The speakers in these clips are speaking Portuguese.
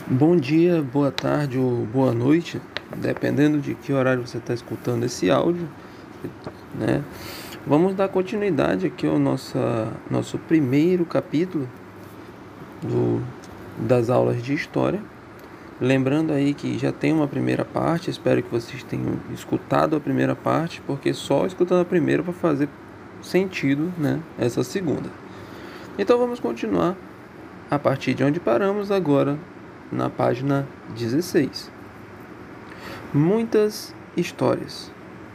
Bom dia, boa tarde ou boa noite, dependendo de que horário você está escutando esse áudio, né? Vamos dar continuidade aqui ao nosso primeiro capítulo das aulas de História. Lembrando aí que já tem uma primeira parte, espero que vocês tenham escutado a primeira parte, porque só escutando a primeira para fazer sentido, né, essa segunda. Então vamos continuar a partir de onde paramos agora, na página 16. Muitas histórias.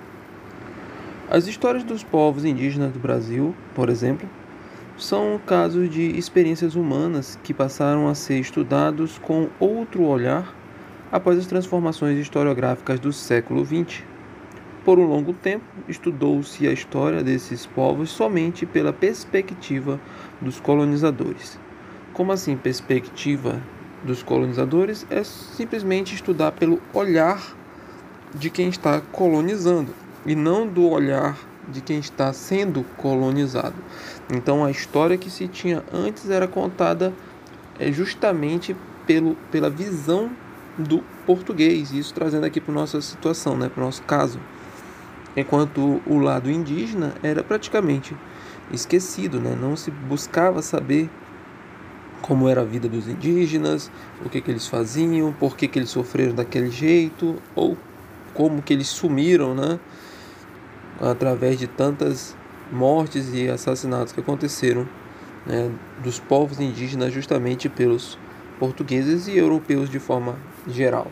As histórias dos povos indígenas do Brasil, por exemplo, são casos de experiências humanas que passaram a ser estudados com outro olhar após as transformações historiográficas do século XX. Por um longo tempo, estudou-se a história desses povos somente pela perspectiva dos colonizadores. Como assim, perspectiva dos colonizadores? É simplesmente estudar pelo olhar de quem está colonizando e não do olhar de quem está sendo colonizado. Então a história que se tinha antes era contada justamente pela visão do português, isso trazendo aqui para a nossa situação, né, para o nosso caso. Enquanto o lado indígena era praticamente esquecido, né? Não se buscava saber como era a vida dos indígenas, o que eles faziam, por que eles sofreram daquele jeito, ou como que eles sumiram, né? Através de tantas mortes e assassinatos que aconteceram, né, dos povos indígenas justamente pelos portugueses e europeus de forma geral.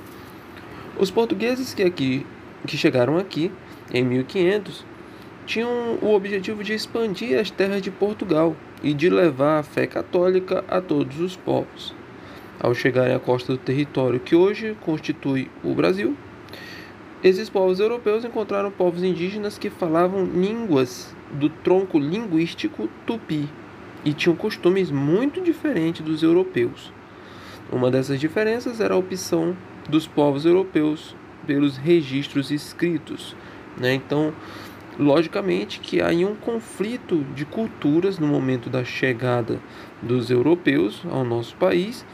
Os portugueses que chegaram aqui em 1500 tinham o objetivo de expandir as terras de Portugal e de levar a fé católica a todos os povos. Ao chegarem à costa do território que hoje constitui o Brasil, esses povos europeus encontraram povos indígenas que falavam línguas do tronco linguístico tupi e tinham costumes muito diferentes dos europeus. Uma dessas diferenças era a opção dos povos europeus pelos registros escritos, né? Então, logicamente que há um conflito de culturas no momento da chegada dos europeus ao nosso país,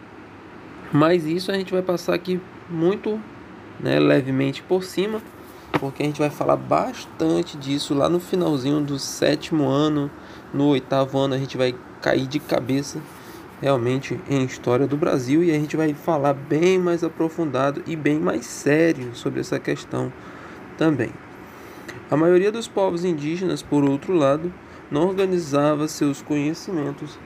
mas isso a gente vai passar aqui muito, né, levemente por cima, porque a gente vai falar bastante disso lá no finalzinho do 7º ano, no 8º ano a gente vai cair de cabeça realmente em história do Brasil e a gente vai falar bem mais aprofundado e bem mais sério sobre essa questão também. A maioria dos povos indígenas, por outro lado, não organizava seus conhecimentos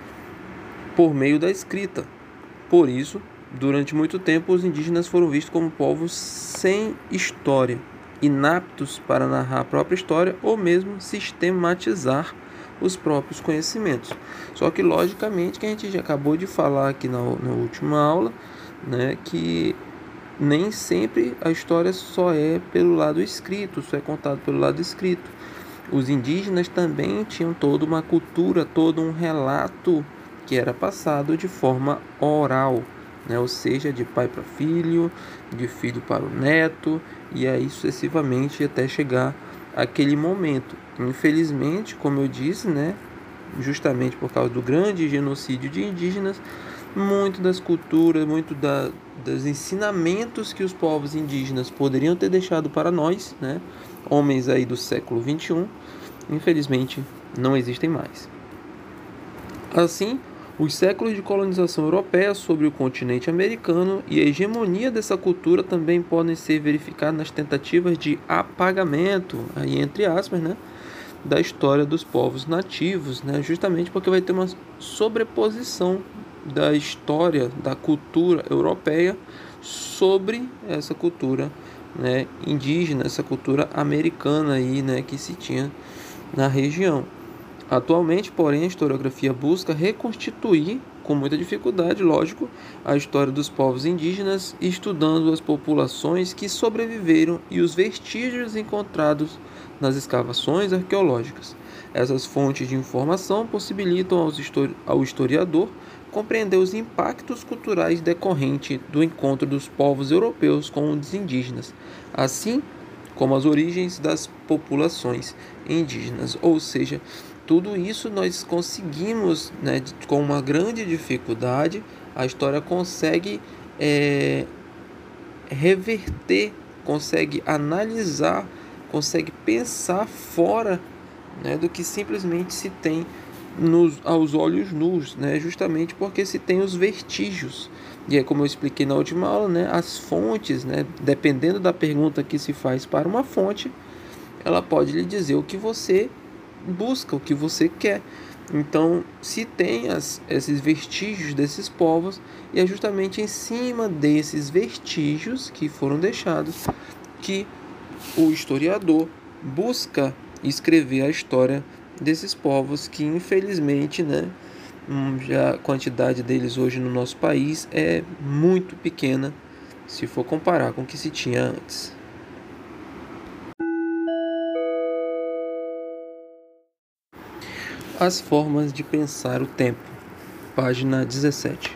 por meio da escrita. Por isso, durante muito tempo, os indígenas foram vistos como povos sem história, inaptos para narrar a própria história ou mesmo sistematizar os próprios conhecimentos. Só que, logicamente, que a gente já acabou de falar aqui na última aula, né, que nem sempre a história só é pelo lado escrito, só é contado pelo lado escrito. Os indígenas também tinham toda uma cultura, todo um relato que era passado de forma oral, né? Ou seja, de pai para filho, de filho para o neto, e aí sucessivamente até chegar aquele momento. Infelizmente, como eu disse, né, justamente por causa do grande genocídio de indígenas, muito das culturas, dos ensinamentos que os povos indígenas poderiam ter deixado para nós, né, homens aí do século XXI, infelizmente não existem mais. Assim, os séculos de colonização europeia sobre o continente americano e a hegemonia dessa cultura também podem ser verificados nas tentativas de apagamento, aí entre aspas, né, da história dos povos nativos, né, justamente porque vai ter uma sobreposição da história, da cultura europeia sobre essa cultura, né, indígena, essa cultura americana aí, né, que se tinha na região. Atualmente, porém, a historiografia busca reconstituir, com muita dificuldade, lógico, a história dos povos indígenas, estudando as populações que sobreviveram e os vestígios encontrados nas escavações arqueológicas. Essas fontes de informação possibilitam ao historiador compreender os impactos culturais decorrentes do encontro dos povos europeus com os indígenas, assim como as origens das populações indígenas. Ou seja, tudo isso nós conseguimos, né, com uma grande dificuldade, A história consegue reverter, consegue analisar, consegue pensar fora, né, do que simplesmente se tem aos olhos nus, né, justamente porque se tem os vestígios. E é como eu expliquei na última aula, né, as fontes, né, dependendo da pergunta que se faz para uma fonte, ela pode lhe dizer o que você busca, o que você quer. Então, se tem esses vestígios desses povos, e é justamente em cima desses vestígios que foram deixados que o historiador busca escrever a história desses povos que, infelizmente, né, já a quantidade deles hoje no nosso país é muito pequena se for comparar com o que se tinha antes. As formas de pensar o tempo. Página 17.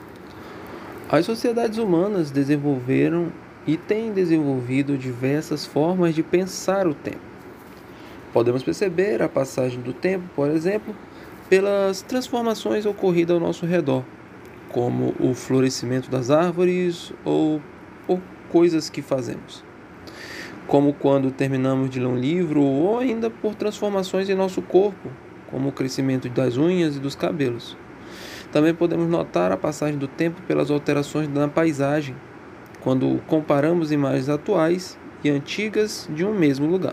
As sociedades humanas desenvolveram e têm desenvolvido diversas formas de pensar o tempo. Podemos perceber a passagem do tempo, por exemplo, pelas transformações ocorridas ao nosso redor, como o florescimento das árvores ou por coisas que fazemos, como quando terminamos de ler um livro ou ainda por transformações em nosso corpo, como o crescimento das unhas e dos cabelos. Também podemos notar a passagem do tempo pelas alterações na paisagem, quando comparamos imagens atuais e antigas de um mesmo lugar.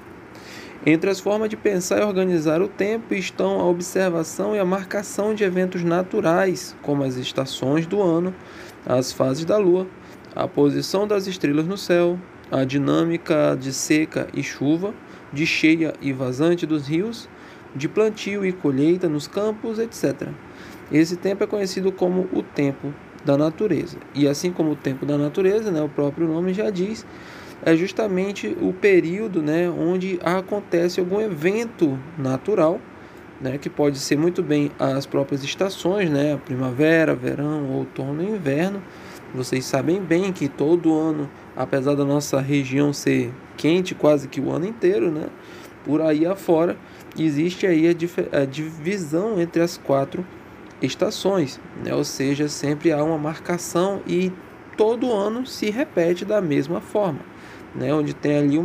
Entre as formas de pensar e organizar o tempo estão a observação e a marcação de eventos naturais, como as estações do ano, as fases da lua, a posição das estrelas no céu, a dinâmica de seca e chuva, de cheia e vazante dos rios, de plantio e colheita nos campos, etc. Esse tempo é conhecido como o tempo da natureza. E assim como o tempo da natureza, né, o próprio nome já diz, é justamente o período, né, onde acontece algum evento natural, né, que pode ser muito bem as próprias estações, né, primavera, verão, outono e inverno. Vocês sabem bem que todo ano, apesar da nossa região ser quente quase que o ano inteiro, né, por aí afora, existe aí a divisão entre as 4 estações, né? Ou seja, sempre há uma marcação e todo ano se repete da mesma forma, né? Onde tem ali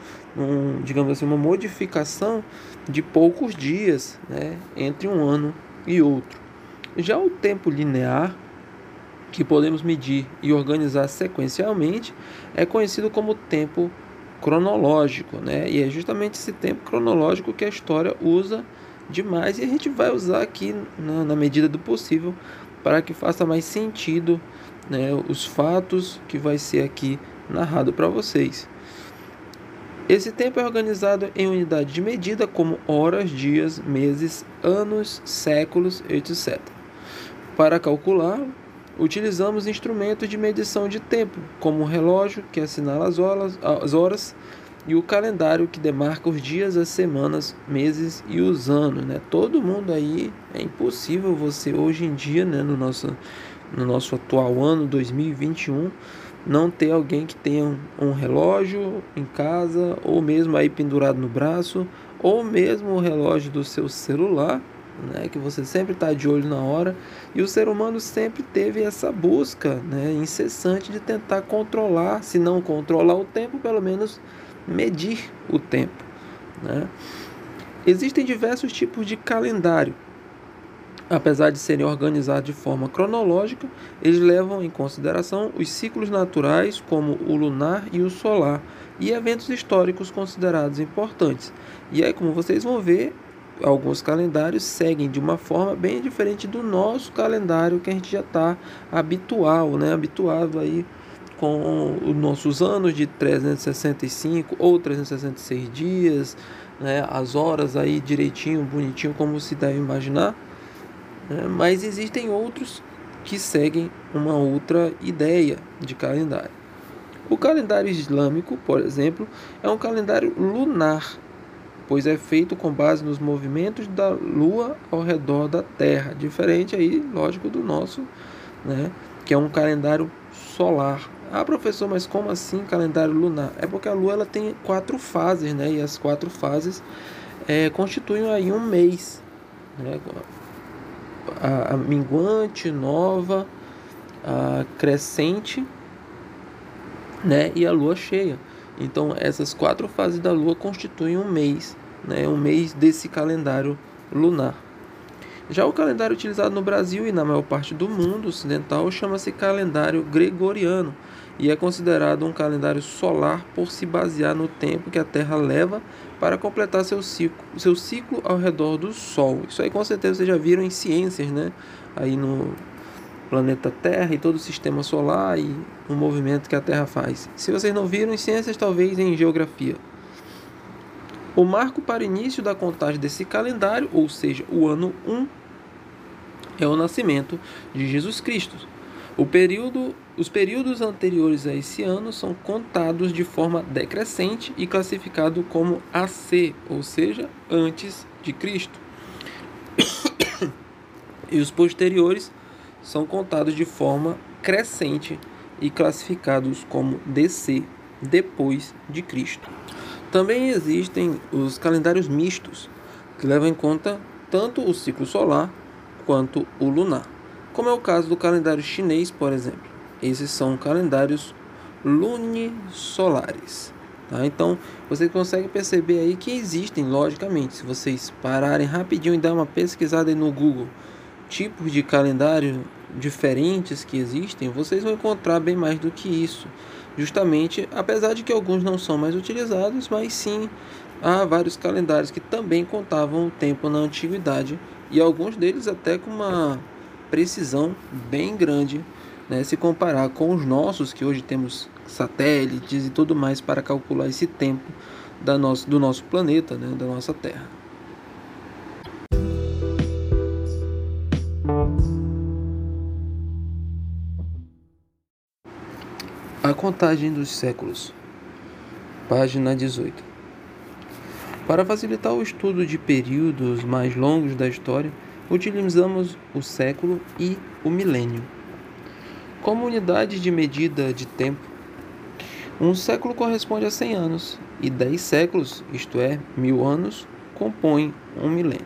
digamos assim, uma modificação de poucos dias, né, entre um ano e outro. Já o tempo linear, que podemos medir e organizar sequencialmente, é conhecido como tempo cronológico, né? E é justamente esse tempo cronológico que a história usa demais e a gente vai usar aqui na medida do possível para que faça mais sentido, né, os fatos que vai ser aqui narrado para vocês. Esse tempo é organizado em unidades de medida como horas, dias, meses, anos, séculos, etc. Para calcular, utilizamos instrumentos de medição de tempo, como o relógio, que assinala as horas, e o calendário, que demarca os dias, as semanas, meses e os anos, né? Todo mundo aí, é impossível você hoje em dia, né, no nosso atual ano 2021, não ter alguém que tenha um relógio em casa, ou mesmo aí pendurado no braço, ou mesmo o relógio do seu celular, né, que você sempre está de olho na hora. E o ser humano sempre teve essa busca, né, incessante de tentar controlar, se não controlar o tempo, pelo menos medir o tempo, né? Existem diversos tipos de calendário. Apesar de serem organizados de forma cronológica, eles levam em consideração os ciclos naturais, como o lunar e o solar, e eventos históricos considerados importantes. E aí, como vocês vão ver, alguns calendários seguem de uma forma bem diferente do nosso calendário, que a gente já está habituado aí com os nossos anos de 365 ou 366 dias, né, as horas aí direitinho, bonitinho, como se deve imaginar, né? Mas existem outros que seguem uma outra ideia de calendário. O calendário islâmico, por exemplo, é um calendário lunar, pois é feito com base nos movimentos da Lua ao redor da Terra, diferente aí, lógico, do nosso, né, que é um calendário solar. Ah, professor, mas como assim calendário lunar? É porque a Lua ela tem 4 fases, né, e as 4 fases constituem aí um mês, né? a minguante, nova, a crescente, né, e a lua cheia. Então essas 4 fases da lua constituem um mês, né, um mês desse calendário lunar. Já o calendário utilizado no Brasil e na maior parte do mundo ocidental chama-se calendário gregoriano e é considerado um calendário solar por se basear no tempo que a Terra leva para completar seu ciclo ao redor do Sol. Isso aí com certeza vocês já viram em ciências, né? Aí no planeta Terra e todo o sistema solar e o movimento que a Terra faz. Se vocês não viram em ciências, talvez em geografia. O marco para início da contagem desse calendário, ou seja, o ano 1, é o nascimento de Jesus Cristo. Os períodos anteriores a esse ano são contados de forma decrescente e classificados como AC, ou seja, antes de Cristo. E os posteriores são contados de forma crescente e classificados como DC, depois de Cristo. Também existem os calendários mistos, que levam em conta tanto o ciclo solar quanto o lunar, como é o caso do calendário chinês, por exemplo. Esses são calendários lunisolares. Tá? Então, você consegue perceber aí que existem, logicamente, se vocês pararem rapidinho e dar uma pesquisada aí no Google, tipos de calendário diferentes que existem, vocês vão encontrar bem mais do que isso. Justamente, apesar de que alguns não são mais utilizados, mas sim há vários calendários que também contavam o tempo na antiguidade e alguns deles até com uma precisão bem grande, né, se comparar com os nossos, que hoje temos satélites e tudo mais para calcular esse tempo do nosso planeta, né, da nossa Terra. A contagem dos séculos. Página 18. Para facilitar o estudo de períodos mais longos da história, utilizamos o século e o milênio. Como unidade de medida de tempo, um século corresponde a 100 anos, e 10 séculos, isto é, 1000 anos, compõem um milênio.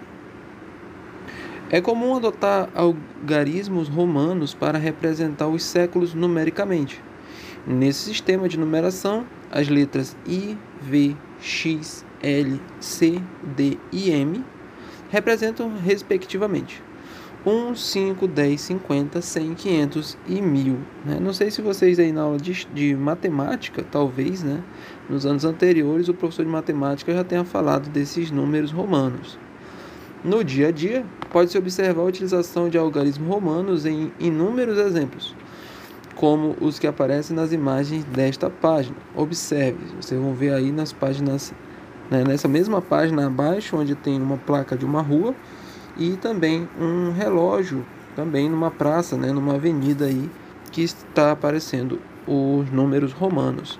É comum adotar algarismos romanos para representar os séculos numericamente. Nesse sistema de numeração, as letras I, V, X, L, C, D e M representam respectivamente 1, 5, 10, 50, 100, 500 e 1000. Né? Não sei se vocês aí na aula de matemática, talvez, né, nos anos anteriores, o professor de matemática já tenha falado desses números romanos. No dia a dia, pode-se observar a utilização de algarismos romanos em inúmeros exemplos, como os que aparecem nas imagens desta página. Observe, vocês vão ver aí nas páginas, né, nessa mesma página abaixo, onde tem uma placa de uma rua e também um relógio, também numa praça, né, numa avenida aí, que está aparecendo os números romanos.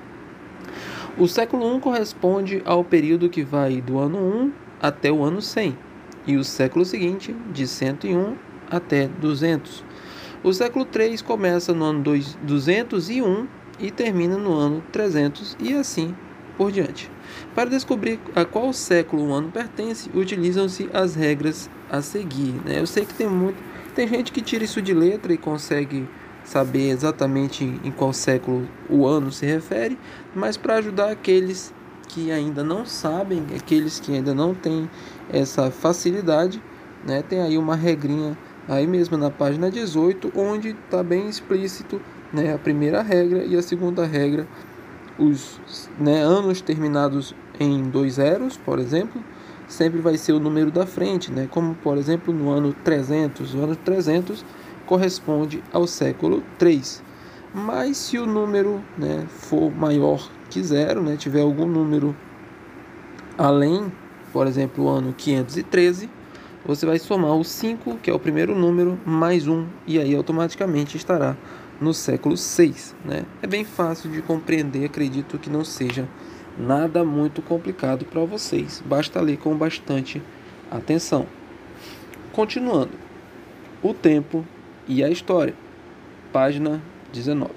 O século I corresponde ao período que vai do ano 1 até o ano 100, e o século seguinte de 101 até 200. O século III começa no ano 201 e termina no ano 300 e assim por diante. Para descobrir a qual século o ano pertence, utilizam-se as regras a seguir. Né? Eu sei que tem gente que tira isso de letra e consegue saber exatamente em qual século o ano se refere, mas para ajudar aqueles que ainda não sabem, aqueles que ainda não têm essa facilidade, né, tem aí uma regrinha aí mesmo na página 18, onde está bem explícito, né, a primeira regra e a segunda regra, os, né, anos terminados em 2 zeros, por exemplo, sempre vai ser o número da frente, né, como por exemplo no ano 300, o ano 300 corresponde ao século 3. Mas se o número, né, for maior que 0, né, tiver algum número além, por exemplo, o ano 513, você vai somar o 5, que é o primeiro número, mais 1, e aí automaticamente estará no século 6. Né? É bem fácil de compreender, acredito que não seja nada muito complicado para vocês. Basta ler com bastante atenção. Continuando. O tempo e a história. Página 19.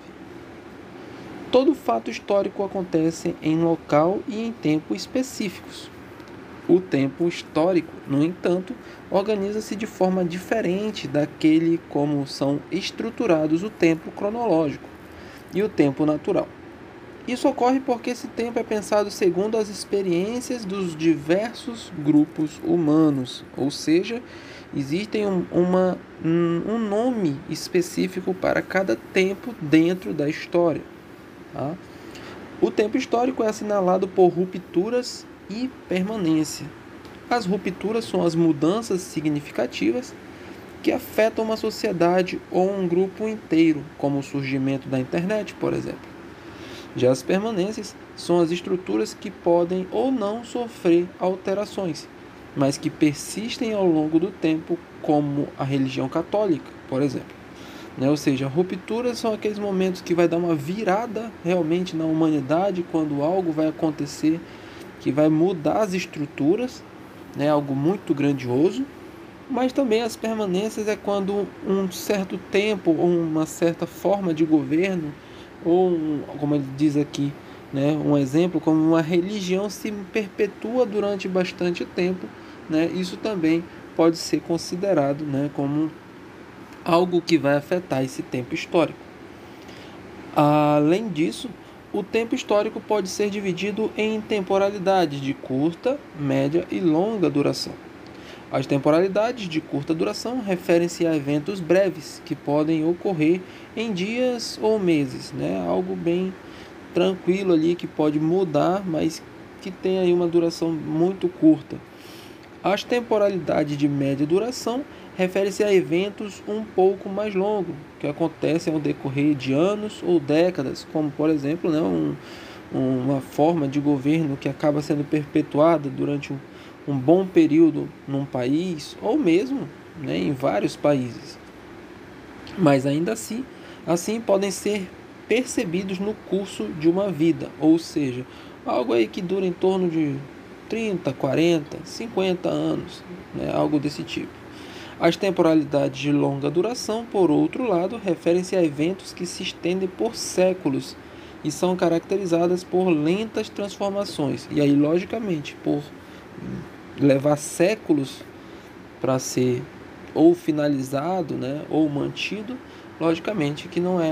Todo fato histórico acontece em local e em tempo específicos. O tempo histórico, no entanto, organiza-se de forma diferente daquele como são estruturados o tempo cronológico e o tempo natural. Isso ocorre porque esse tempo é pensado segundo as experiências dos diversos grupos humanos, ou seja, existe um nome específico para cada tempo dentro da história. Tá? O tempo histórico é assinalado por rupturas e permanência. As rupturas são as mudanças significativas que afetam uma sociedade ou um grupo inteiro, como o surgimento da internet, por exemplo. Já as permanências são as estruturas que podem ou não sofrer alterações, mas que persistem ao longo do tempo, como a religião católica, por exemplo. Ou seja, rupturas são aqueles momentos que vai dar uma virada realmente na humanidade, quando algo vai acontecer que vai mudar as estruturas, algo muito grandioso. Mas também as permanências é quando um certo tempo ou uma certa forma de governo, ou como ele diz aqui, um exemplo, como uma religião se perpetua durante bastante tempo, isso também pode ser considerado como algo que vai afetar esse tempo histórico. Além disso, o tempo histórico pode ser dividido em temporalidades de curta, média e longa duração. As temporalidades de curta duração referem-se a eventos breves que podem ocorrer em dias ou meses, algo bem tranquilo ali que pode mudar, mas que tem aí uma duração muito curta. As temporalidades de média duração referem-se a eventos um pouco mais longos, que acontecem ao decorrer de anos ou décadas, como por exemplo uma forma de governo que acaba sendo perpetuada durante um bom período num país, ou mesmo em vários países. Mas ainda assim podem ser percebidos no curso de uma vida, ou seja, algo aí que dura em torno de 30, 40, 50 anos, algo desse tipo. As temporalidades de longa duração, por outro lado, referem-se a eventos que se estendem por séculos e são caracterizadas por lentas transformações. E aí, logicamente, por levar séculos para ser ou finalizado, ou mantido, logicamente que não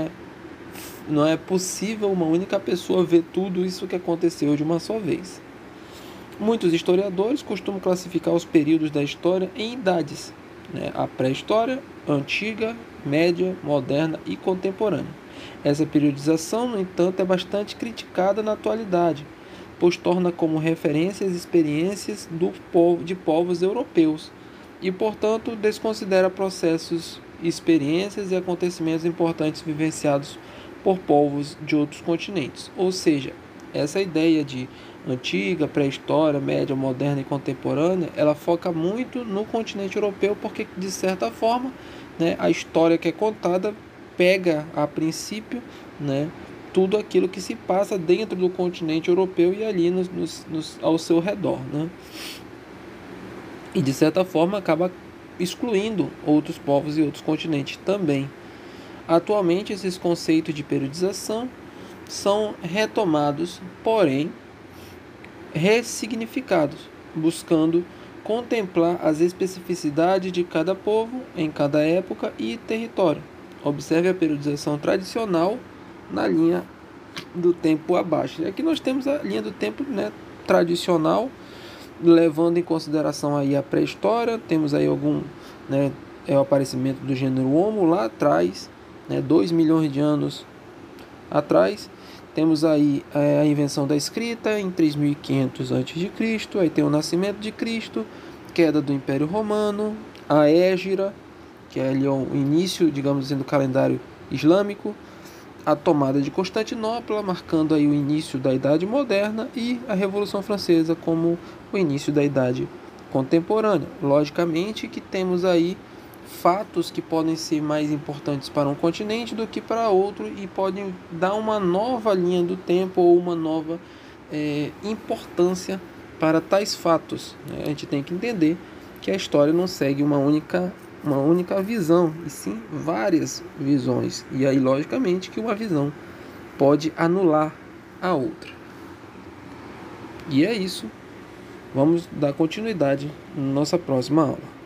é possível uma única pessoa ver tudo isso que aconteceu de uma só vez. Muitos historiadores costumam classificar os períodos da história em idades, a pré-história, antiga, média, moderna e contemporânea. Essa periodização, no entanto, é bastante criticada na atualidade, pois torna como referência as experiências de povos europeus e, portanto, desconsidera processos, experiências e acontecimentos importantes vivenciados por povos de outros continentes. Ou seja, essa ideia de antiga, pré-história, média, moderna e contemporânea, ela foca muito no continente europeu porque, de certa forma, a história que é contada pega, a princípio, tudo aquilo que se passa dentro do continente europeu e ali ao seu redor. E, de certa forma, acaba excluindo outros povos e outros continentes também. Atualmente, esses conceitos de periodização são retomados, porém ressignificados, buscando contemplar as especificidades de cada povo em cada época e território. Observe a periodização tradicional na linha do tempo abaixo. Aqui nós temos a linha do tempo tradicional, levando em consideração aí a pré-história. Temos aí o aparecimento do gênero Homo lá atrás, 2 milhões de anos atrás. Temos aí a invenção da escrita em 3500 a.C., aí tem o nascimento de Cristo, queda do Império Romano, a Hégira, que é ali o início, digamos assim, do calendário islâmico, a tomada de Constantinopla, marcando aí o início da Idade Moderna, e a Revolução Francesa como o início da Idade Contemporânea. Logicamente que temos aí fatos que podem ser mais importantes para um continente do que para outro e podem dar uma nova linha do tempo ou uma nova importância para tais fatos. A gente tem que entender que a história não segue uma única visão, e sim várias visões. E aí, logicamente, que uma visão pode anular a outra. E é isso. Vamos dar continuidade na nossa próxima aula.